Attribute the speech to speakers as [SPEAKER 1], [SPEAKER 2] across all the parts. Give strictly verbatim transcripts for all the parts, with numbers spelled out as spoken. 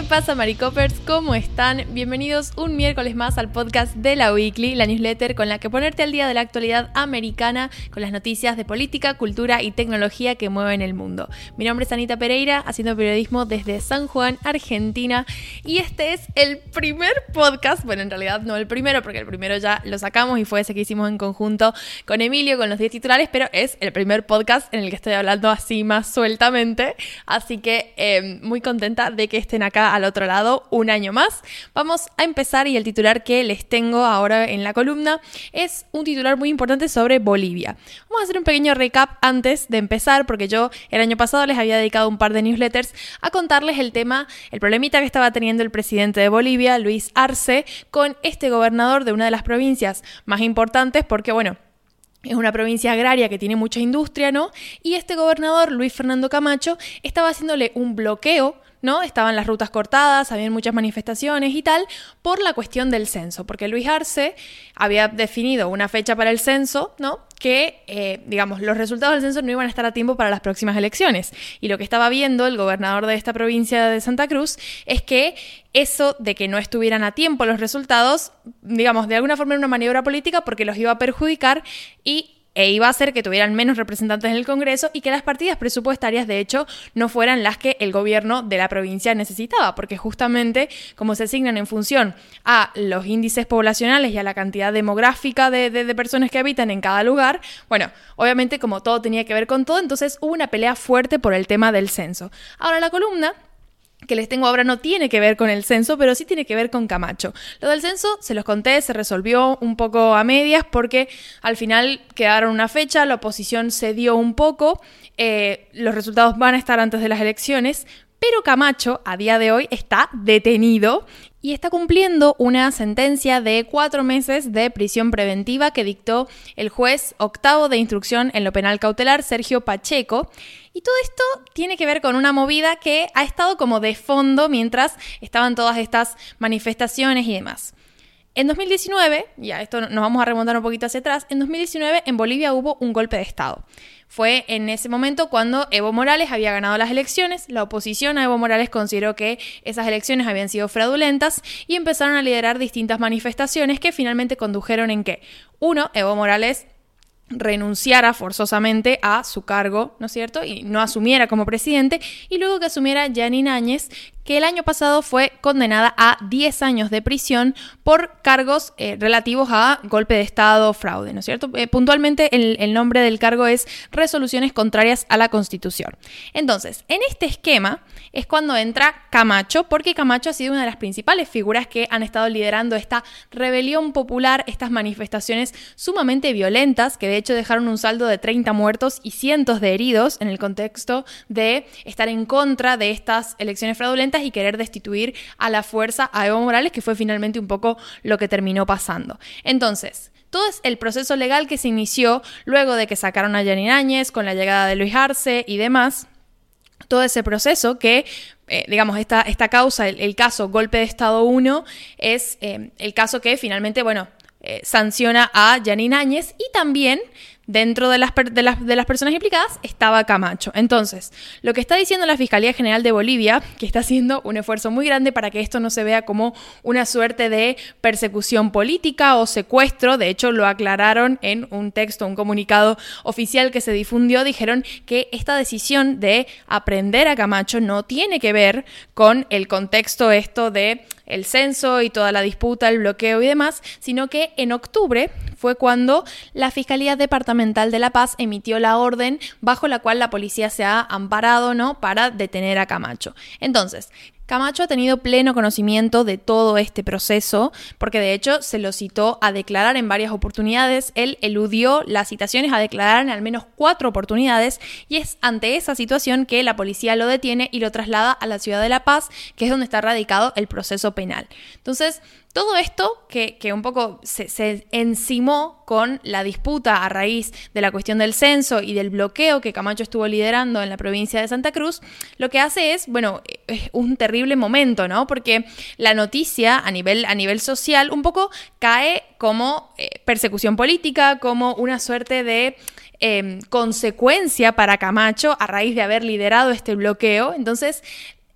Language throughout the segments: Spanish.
[SPEAKER 1] pasa, Maricopers? ¿Cómo están? Bienvenidos un miércoles más al podcast de La Weekly, la newsletter con la que ponerte al día de la actualidad americana con las noticias de política, cultura y tecnología que mueven el mundo. Mi nombre es Anita Pereira, haciendo periodismo desde San Juan, Argentina, y este es el primer podcast, bueno, en realidad no el primero, porque el primero ya lo sacamos y fue ese que hicimos en conjunto con Emilio, con los diez titulares, pero es el primer podcast en el que estoy hablando así más sueltamente, así que eh, muy contenta de que estén acá al otro lado un año más. Vamos a empezar y el titular que les tengo ahora en la columna es un titular muy importante sobre Bolivia. Vamos a hacer un pequeño recap antes de empezar, porque yo el año pasado les había dedicado un par de newsletters a contarles el tema, el problemita que estaba teniendo el presidente de Bolivia, Luis Arce, con este gobernador de una de las provincias más importantes, porque bueno, es una provincia agraria que tiene mucha industria, ¿no? Y este gobernador, Luis Fernando Camacho, estaba haciéndole un bloqueo, ¿no? Estaban las rutas cortadas, habían muchas manifestaciones y tal, por la cuestión del censo, porque Luis Arce había definido una fecha para el censo, ¿no? Que, eh, digamos, los resultados del censo no iban a estar a tiempo para las próximas elecciones. Y lo que estaba viendo el gobernador de esta provincia de Santa Cruz es que eso de que no estuvieran a tiempo los resultados, digamos, de alguna forma era una maniobra política porque los iba a perjudicar y e iba a hacer que tuvieran menos representantes en el Congreso y que las partidas presupuestarias, de hecho, no fueran las que el gobierno de la provincia necesitaba, porque justamente como se asignan en función a los índices poblacionales y a la cantidad demográfica de, de, de personas que habitan en cada lugar, bueno, obviamente como todo tenía que ver con todo, entonces hubo una pelea fuerte por el tema del censo. Ahora la columna que les tengo ahora no tiene que ver con el censo, pero sí tiene que ver con Camacho. Lo del censo, se los conté, se resolvió un poco a medias porque al final quedaron una fecha, la oposición cedió un poco, eh, los resultados van a estar antes de las elecciones, pero Camacho a día de hoy está detenido y está cumpliendo una sentencia de cuatro meses de prisión preventiva que dictó el juez octavo de instrucción en lo penal cautelar, Sergio Pacheco. Y todo esto tiene que ver con una movida que ha estado como de fondo mientras estaban todas estas manifestaciones y demás. En dos mil diecinueve, ya esto nos vamos a remontar un poquito hacia atrás, en dos mil diecinueve en Bolivia hubo un golpe de Estado. Fue en ese momento cuando Evo Morales había ganado las elecciones, la oposición a Evo Morales consideró que esas elecciones habían sido fraudulentas y empezaron a liderar distintas manifestaciones que finalmente condujeron en que, uno, Evo Morales renunciara forzosamente a su cargo, ¿no es cierto? Y no asumiera como presidente, y luego que asumiera Janine Áñez, que el año pasado fue condenada a diez años de prisión por cargos eh, relativos a golpe de Estado, fraude, ¿no es cierto? Eh, puntualmente el, el nombre del cargo es resoluciones contrarias a la Constitución. Entonces, en este esquema es cuando entra Camacho, porque Camacho ha sido una de las principales figuras que han estado liderando esta rebelión popular, estas manifestaciones sumamente violentas, que de hecho dejaron un saldo de treinta muertos y cientos de heridos en el contexto de estar en contra de estas elecciones fraudulentas y querer destituir a la fuerza a Evo Morales, que fue finalmente un poco lo que terminó pasando. Entonces, todo es el proceso legal que se inició luego de que sacaron a Janine Áñez con la llegada de Luis Arce y demás. Todo ese proceso que, eh, digamos, esta, esta causa, el, el caso Golpe de Estado uno, es eh, el caso que finalmente, bueno, eh, sanciona a Janine Áñez y también dentro de las, de, las, de las personas implicadas estaba Camacho. Entonces, lo que está diciendo la Fiscalía General de Bolivia, que está haciendo un esfuerzo muy grande para que esto no se vea como una suerte de persecución política o secuestro, de hecho lo aclararon en un texto, un comunicado oficial que se difundió, dijeron que esta decisión de aprender a Camacho no tiene que ver con el contexto esto de el censo y toda la disputa, el bloqueo y demás, sino que en octubre fue cuando la Fiscalía Departamental de La Paz emitió la orden bajo la cual la policía se ha amparado, ¿no?, para detener a Camacho. Entonces, Camacho ha tenido pleno conocimiento de todo este proceso, porque de hecho se lo citó a declarar en varias oportunidades. Él eludió las citaciones a declarar en al menos cuatro oportunidades, y es ante esa situación que la policía lo detiene y lo traslada a la ciudad de La Paz, que es donde está radicado el proceso penal. Entonces, todo esto que, que un poco se, se encimó con la disputa a raíz de la cuestión del censo y del bloqueo que Camacho estuvo liderando en la provincia de Santa Cruz, lo que hace es, bueno, es un terrible momento, ¿no? Porque la noticia a nivel, a nivel social un poco cae como eh, persecución política, como una suerte de eh, consecuencia para Camacho a raíz de haber liderado este bloqueo. Entonces,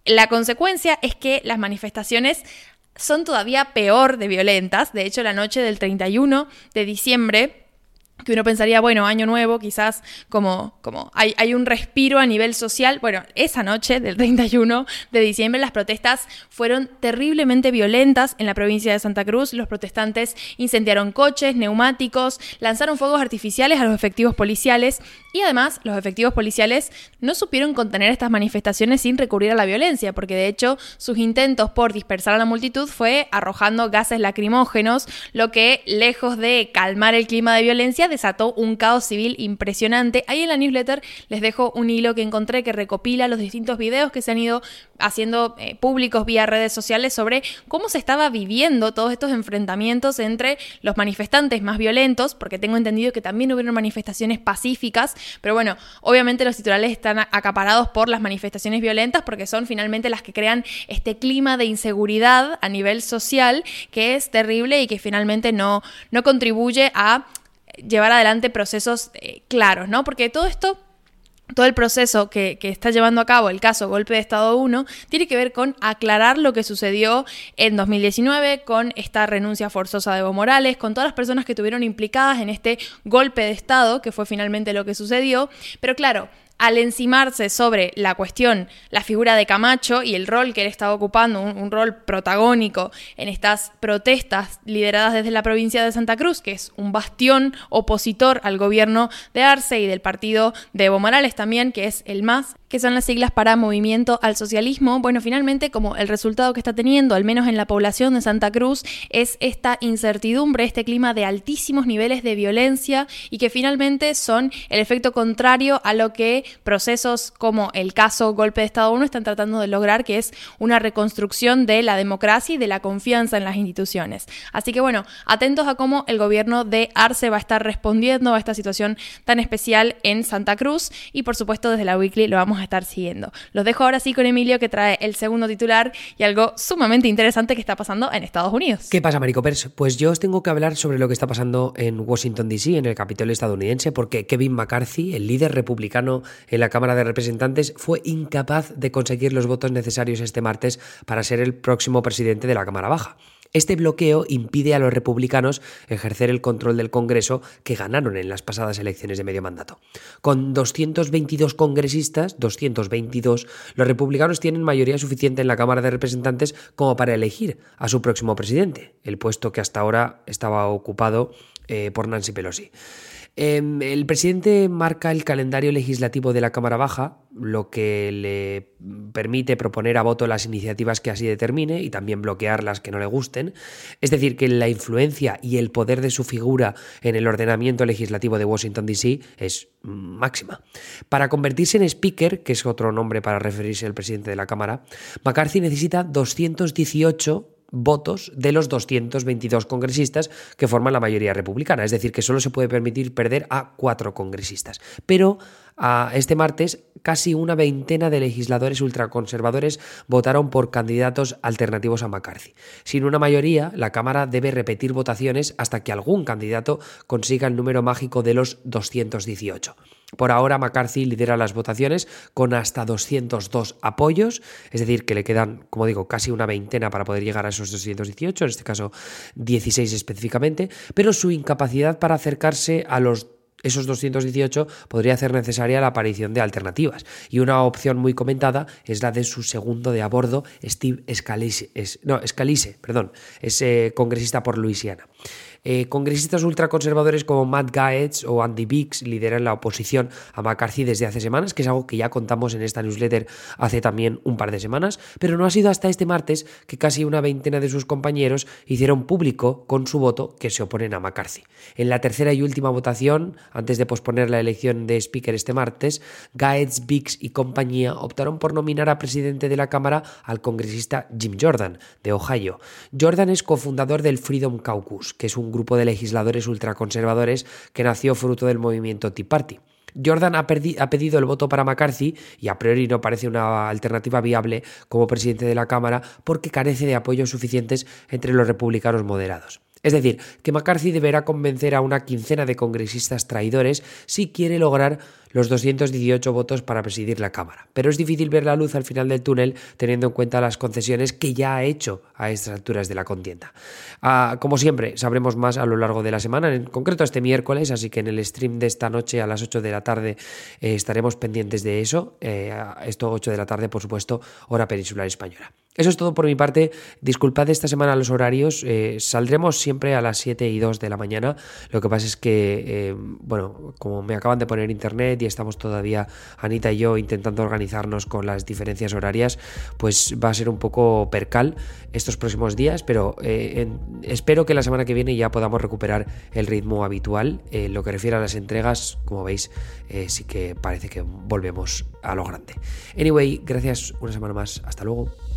[SPEAKER 1] La consecuencia es que las manifestaciones son todavía peor de violentas. De hecho, la noche del treinta y uno de diciembre, que uno pensaría, bueno, año nuevo, quizás como, como hay, hay un respiro a nivel social. Bueno, esa noche del treinta y uno de diciembre las protestas fueron terriblemente violentas en la provincia de Santa Cruz. Los protestantes incendiaron coches, neumáticos, lanzaron fuegos artificiales a los efectivos policiales y además los efectivos policiales no supieron contener estas manifestaciones sin recurrir a la violencia, porque de hecho sus intentos por dispersar a la multitud fue arrojando gases lacrimógenos, lo que, lejos de calmar el clima de violencia, desató un caos civil impresionante. Ahí en la newsletter les dejo un hilo que encontré que recopila los distintos videos que se han ido haciendo eh, públicos vía redes sociales sobre cómo se estaba viviendo todos estos enfrentamientos entre los manifestantes más violentos, porque tengo entendido que también hubieron manifestaciones pacíficas, pero bueno, obviamente los titulares están acaparados por las manifestaciones violentas porque son finalmente las que crean este clima de inseguridad a nivel social que es terrible y que finalmente no, no contribuye a llevar adelante procesos eh, claros, ¿no? Porque todo esto, todo el proceso que, que está llevando a cabo el caso Golpe de Estado uno tiene que ver con aclarar lo que sucedió en dos mil diecinueve con esta renuncia forzosa de Evo Morales, con todas las personas que estuvieron implicadas en este golpe de Estado, que fue finalmente lo que sucedió. Pero claro, al encimarse sobre la cuestión, la figura de Camacho y el rol que él estaba ocupando, un, un rol protagónico en estas protestas lideradas desde la provincia de Santa Cruz, que es un bastión opositor al gobierno de Arce y del partido de Evo Morales también, que es el M A S, que son las siglas para Movimiento al Socialismo. Bueno, finalmente, como el resultado que está teniendo, al menos en la población de Santa Cruz, es esta incertidumbre, este clima de altísimos niveles de violencia y que finalmente son el efecto contrario a lo que procesos como el caso Golpe de Estado uno están tratando de lograr, que es una reconstrucción de la democracia y de la confianza en las instituciones. Así que bueno, atentos a cómo el gobierno de Arce va a estar respondiendo a esta situación tan especial en Santa Cruz y por supuesto desde la Weekly lo vamos a estar siguiendo. Los dejo ahora sí con Emilio, que trae el segundo titular y algo sumamente interesante que está pasando en Estados Unidos.
[SPEAKER 2] ¿Qué pasa, Maricopers? Pues yo os tengo que hablar sobre lo que está pasando en Washington D C, en el Capitolio estadounidense, porque Kevin McCarthy, el líder republicano en la Cámara de Representantes, fue incapaz de conseguir los votos necesarios este martes para ser el próximo presidente de la Cámara Baja. Este bloqueo impide a los republicanos ejercer el control del Congreso que ganaron en las pasadas elecciones de medio mandato. Con doscientos veintidós congresistas, doscientos veintidós, los republicanos tienen mayoría suficiente en la Cámara de Representantes como para elegir a su próximo presidente, el puesto que hasta ahora estaba ocupado eh, por Nancy Pelosi. Eh, el presidente marca el calendario legislativo de la Cámara Baja, lo que le permite proponer a voto las iniciativas que así determine y también bloquear las que no le gusten. Es decir, que la influencia y el poder de su figura en el ordenamiento legislativo de Washington D C es máxima. Para convertirse en speaker, que es otro nombre para referirse al presidente de la Cámara, McCarthy necesita doscientos dieciocho votos de los doscientos veintidós congresistas que forman la mayoría republicana, es decir, que solo se puede permitir perder a cuatro congresistas. Pero a este martes casi una veintena de legisladores ultraconservadores votaron por candidatos alternativos a McCarthy. Sin una mayoría, la Cámara debe repetir votaciones hasta que algún candidato consiga el número mágico de los doscientos dieciocho. Por ahora, McCarthy lidera las votaciones con hasta doscientos dos apoyos, es decir, que le quedan, como digo, casi una veintena para poder llegar a esos doscientos dieciocho, en este caso dieciséis específicamente, pero su incapacidad para acercarse a los esos doscientos dieciocho podría hacer necesaria la aparición de alternativas. Y una opción muy comentada es la de su segundo de a bordo, Steve Scalise, es, no, Scalise, perdón, es eh, congresista por Luisiana. Eh, congresistas ultraconservadores como Matt Gaetz o Andy Biggs lideran la oposición a McCarthy desde hace semanas, que es algo que ya contamos en esta newsletter hace también un par de semanas, pero no ha sido hasta este martes que casi una veintena de sus compañeros hicieron público con su voto que se oponen a McCarthy. En la tercera y última votación, antes de posponer la elección de Speaker este martes, Gaetz, Biggs y compañía optaron por nominar a presidente de la Cámara al congresista Jim Jordan, de Ohio. Jordan es cofundador del Freedom Caucus, que es un grupo de legisladores ultraconservadores que nació fruto del movimiento Tea Party. Jordan ha, perdi- ha pedido el voto para McCarthy y a priori no parece una alternativa viable como presidente de la Cámara porque carece de apoyos suficientes entre los republicanos moderados. Es decir, que McCarthy deberá convencer a una quincena de congresistas traidores si quiere lograr los doscientos dieciocho votos para presidir la Cámara. Pero es difícil ver la luz al final del túnel teniendo en cuenta las concesiones que ya ha hecho a estas alturas de la contienda. Ah, como siempre, sabremos más a lo largo de la semana, en concreto este miércoles, así que en el stream de esta noche a las ocho de la tarde eh, estaremos pendientes de eso. Eh, esto ocho de la tarde, por supuesto, hora peninsular española. Eso es todo por mi parte. Disculpad esta semana los horarios. Eh, saldremos siempre a las siete y dos de la mañana. Lo que pasa es que, eh, bueno, como me acaban de poner internet y estamos todavía, Anita y yo, intentando organizarnos con las diferencias horarias, pues va a ser un poco percal estos próximos días, pero eh, en, espero que la semana que viene ya podamos recuperar el ritmo habitual. En eh, lo que refiere a las entregas, como veis, eh, sí que parece que volvemos a lo grande. Anyway, gracias una semana más. Hasta luego.